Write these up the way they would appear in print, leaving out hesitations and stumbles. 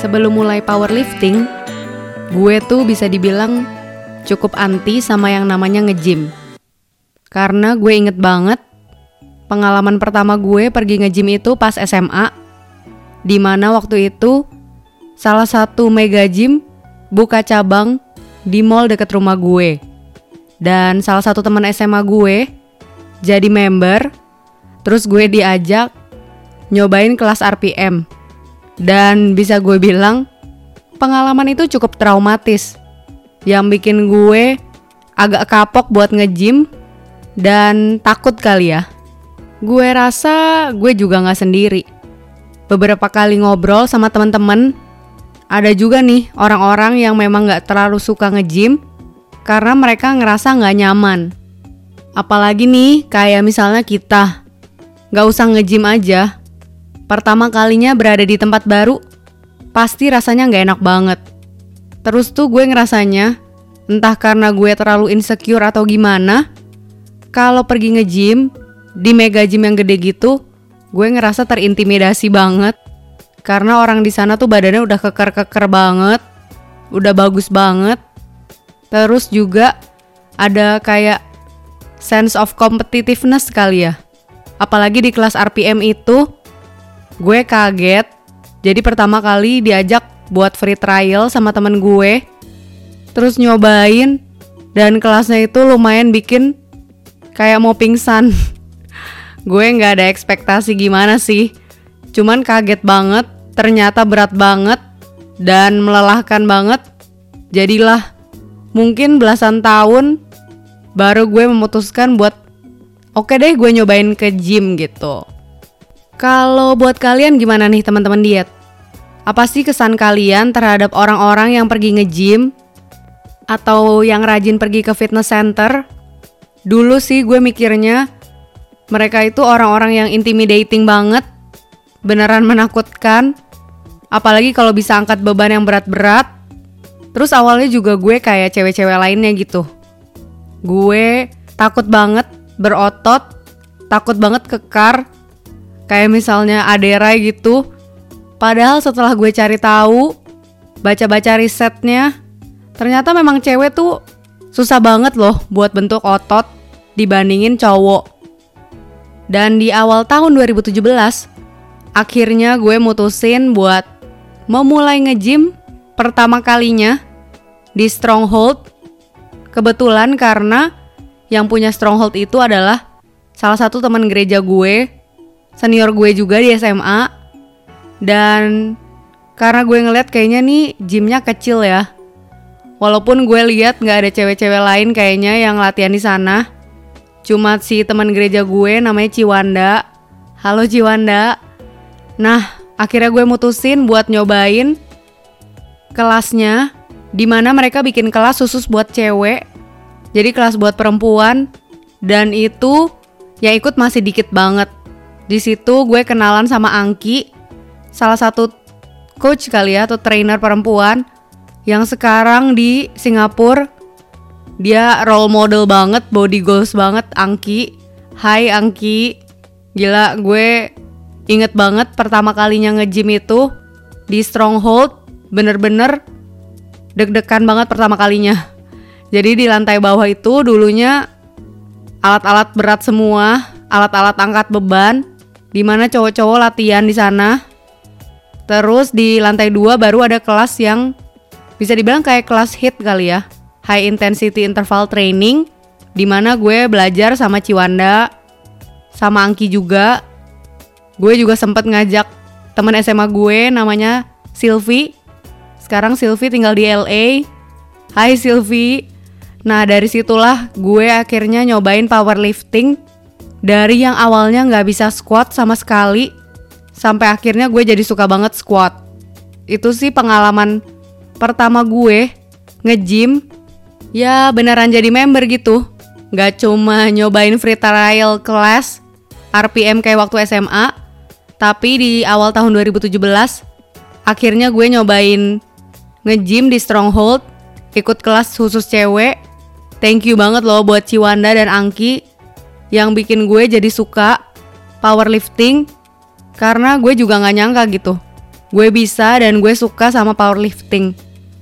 Sebelum mulai powerlifting, gue tuh bisa dibilang cukup anti sama yang namanya nge-gym. Karena gue inget banget pengalaman pertama gue pergi nge-gym itu pas SMA, dimana waktu itu salah satu mega gym buka cabang di mall deket rumah gue. Dan salah satu teman SMA gue jadi member, terus gue diajak nyobain kelas RPM. Dan bisa gue bilang pengalaman itu cukup traumatis, yang bikin gue agak kapok buat nge-gym dan takut kali ya. Gue rasa gue juga gak sendiri. Beberapa kali ngobrol sama teman-teman, ada juga nih orang-orang yang memang gak terlalu suka nge-gym karena mereka ngerasa gak nyaman. Apalagi nih kayak misalnya kita gak usah nge-gym aja, pertama kalinya berada di tempat baru, pasti rasanya gak enak banget. Terus tuh gue ngerasanya, entah karena gue terlalu insecure atau gimana, kalau pergi nge-gym di mega gym yang gede gitu, gue ngerasa terintimidasi banget. Karena orang di sana tuh badannya udah keker-keker banget, udah bagus banget. Terus juga ada kayak sense of competitiveness kali ya. Apalagi di kelas RPM itu, gue kaget. Jadi pertama kali diajak buat free trial sama temen gue, terus nyobain, dan kelasnya itu lumayan bikin kayak mau pingsan. Gue gak ada ekspektasi gimana sih, cuman kaget banget, ternyata berat banget dan melelahkan banget. Jadilah mungkin belasan tahun baru gue memutuskan buat oke deh gue nyobain ke gym gitu. Kalau buat kalian gimana nih teman-teman diet? Apa sih kesan kalian terhadap orang-orang yang pergi nge-gym atau yang rajin pergi ke fitness center? Dulu sih gue mikirnya mereka itu orang-orang yang intimidating banget, beneran menakutkan. Apalagi kalau bisa angkat beban yang berat-berat. Terus awalnya juga gue kayak cewek-cewek lainnya gitu. Gue takut banget berotot, takut banget kekar. Kayak misalnya Aderai gitu. Padahal setelah gue cari tahu, baca-baca risetnya, ternyata memang cewek tuh susah banget loh buat bentuk otot dibandingin cowok. Dan di awal tahun 2017, akhirnya gue mutusin buat memulai nge-gym pertama kalinya di Stronghold. Kebetulan karena yang punya Stronghold itu adalah salah satu teman gereja gue, senior gue juga di SMA. Dan karena gue ngeliat kayaknya nih gymnya kecil ya. Walaupun gue lihat gak ada cewek-cewek lain kayaknya yang latihan di sana. Cuma si teman gereja gue namanya Ciwanda. Halo Ciwanda. Nah, akhirnya gue mutusin buat nyobain kelasnya, dimana mereka bikin kelas khusus buat cewek. Jadi kelas buat perempuan. Dan itu yang ikut masih dikit banget. Di situ gue kenalan sama Angki, salah satu coach kali ya, atau trainer perempuan yang sekarang di Singapura. Dia role model banget, body goals banget, Angki. Hai Angki. Gila, gue inget banget pertama kalinya nge-gym itu di Stronghold. Bener-bener deg-degan banget pertama kalinya. Jadi di lantai bawah itu dulunya alat-alat berat semua, alat-alat angkat beban, dimana cowok-cowok latihan di sana. Terus di lantai 2 baru ada kelas yang bisa dibilang kayak kelas HIIT kali ya, High Intensity Interval Training, dimana gue belajar sama Ciwanda, sama Angki juga. Gue juga sempet ngajak teman SMA gue namanya Sylvie. Sekarang Sylvie tinggal di LA. Hai Sylvie. Nah dari situlah gue akhirnya nyobain powerlifting. Dari yang awalnya gak bisa squat sama sekali, sampai akhirnya gue jadi suka banget squat. Itu sih pengalaman pertama gue nge-gym. Ya beneran jadi member gitu. Gak cuma nyobain free trial kelas RPM kayak waktu SMA, tapi di awal tahun 2017 akhirnya gue nyobain nge-gym di Stronghold, ikut kelas khusus cewek. Thank you banget loh buat Ciwanda dan Angki yang bikin gue jadi suka powerlifting. Karena gue juga gak nyangka gitu, gue bisa dan gue suka sama powerlifting.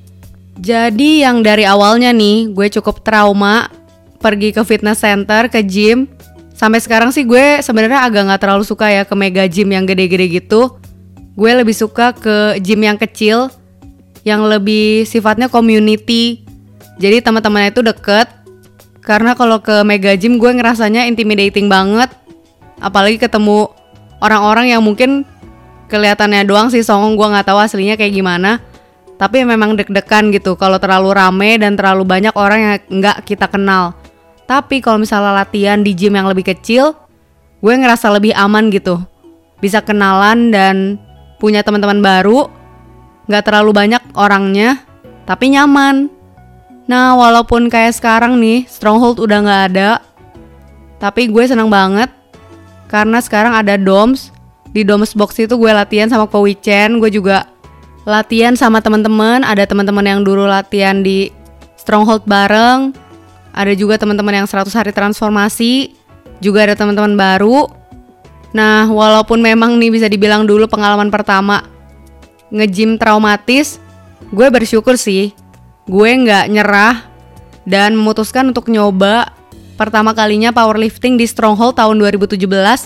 Jadi yang dari awalnya nih gue cukup trauma pergi ke fitness center, ke gym. Sampai sekarang sih gue sebenarnya agak gak terlalu suka ya ke mega gym yang gede-gede gitu. Gue lebih suka ke gym yang kecil, yang lebih sifatnya community. Jadi teman-temannya itu deket. Karena kalau ke mega gym gue ngerasanya intimidating banget. Apalagi ketemu orang-orang yang mungkin kelihatannya doang sih songong, gue nggak tahu aslinya kayak gimana. Tapi memang deg-degan gitu kalau terlalu rame dan terlalu banyak orang yang nggak kita kenal. Tapi kalau misalnya latihan di gym yang lebih kecil, gue ngerasa lebih aman gitu. Bisa kenalan dan punya teman-teman baru. Nggak terlalu banyak orangnya, tapi nyaman. Nah, walaupun kayak sekarang nih Stronghold udah nggak ada, tapi gue senang banget karena sekarang ada DOMS. Di DOMS Box itu gue latihan sama Ko Wicen. Gue juga latihan sama teman-teman. Ada teman-teman yang dulu latihan di Stronghold bareng. Ada juga teman-teman yang 100 hari transformasi. Juga ada teman-teman baru. Nah, walaupun memang nih bisa dibilang dulu pengalaman pertama nge-gym traumatis, gue bersyukur sih. Gue gak nyerah dan memutuskan untuk nyoba pertama kalinya powerlifting di Stronghold tahun 2017.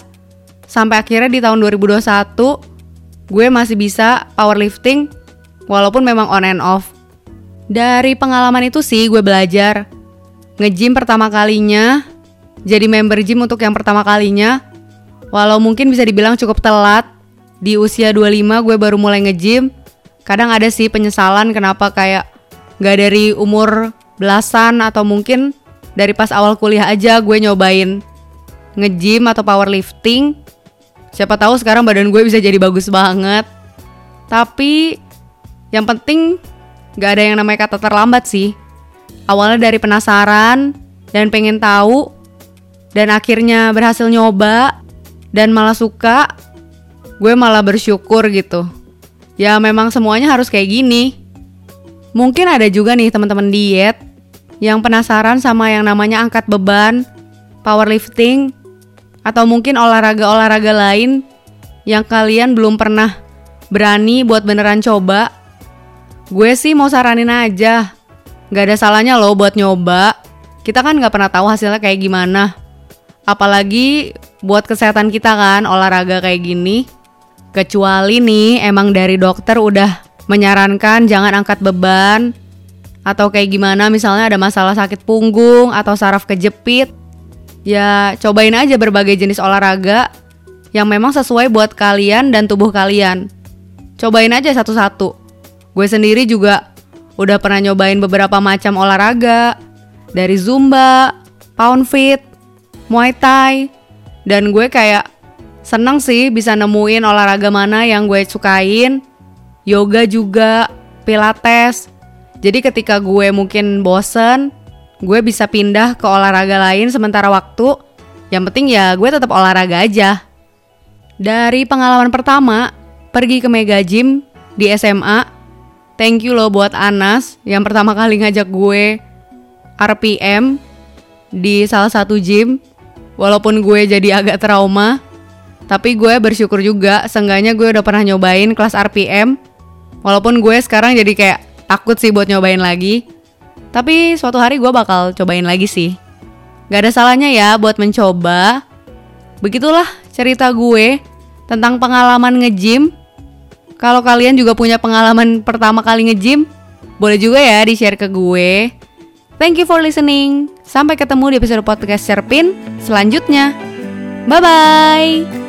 Sampai akhirnya di tahun 2021 gue masih bisa powerlifting walaupun memang on and off. Dari pengalaman itu sih gue belajar nge-gym pertama kalinya, jadi member gym untuk yang pertama kalinya. Walau mungkin bisa dibilang cukup telat, di usia 25 gue baru mulai nge-gym. Kadang ada sih penyesalan kenapa kayak gak dari umur belasan atau mungkin dari pas awal kuliah aja gue nyobain nge-gym atau powerlifting. Siapa tahu sekarang badan gue bisa jadi bagus banget. Tapi yang penting gak ada yang namanya kata terlambat sih. Awalnya dari penasaran dan pengen tahu, dan akhirnya berhasil nyoba dan malah suka. Gue malah bersyukur gitu. Ya memang semuanya harus kayak gini. Mungkin ada juga nih teman-teman diet yang penasaran sama yang namanya angkat beban, powerlifting, atau mungkin olahraga-olahraga lain yang kalian belum pernah berani buat beneran coba. Gue sih mau saranin aja, gak ada salahnya loh buat nyoba. Kita kan gak pernah tahu hasilnya kayak gimana. Apalagi buat kesehatan kita kan olahraga kayak gini. Kecuali nih emang dari dokter udah menyarankan jangan angkat beban, atau kayak gimana misalnya ada masalah sakit punggung atau saraf kejepit. Ya cobain aja berbagai jenis olahraga yang memang sesuai buat kalian dan tubuh kalian. Cobain aja satu-satu. Gue sendiri juga udah pernah nyobain beberapa macam olahraga. Dari Zumba, Pound Fit, Muay Thai. Dan gue kayak seneng sih bisa nemuin olahraga mana yang gue sukain. Yoga juga, Pilates. Jadi ketika gue mungkin bosen, gue bisa pindah ke olahraga lain sementara waktu. Yang penting ya gue tetap olahraga aja. Dari pengalaman pertama pergi ke mega gym di SMA, thank you loh buat Anas yang pertama kali ngajak gue RPM di salah satu gym. Walaupun gue jadi agak trauma, tapi gue bersyukur juga seenggaknya gue udah pernah nyobain kelas RPM. Walaupun gue sekarang jadi kayak takut sih buat nyobain lagi. Tapi suatu hari gue bakal cobain lagi sih. Gak ada salahnya ya buat mencoba. Begitulah cerita gue tentang pengalaman nge-gym. Kalau kalian juga punya pengalaman pertama kali nge-gym, boleh juga ya di-share ke gue. Thank you for listening. Sampai ketemu di episode podcast Sherpin selanjutnya. Bye-bye.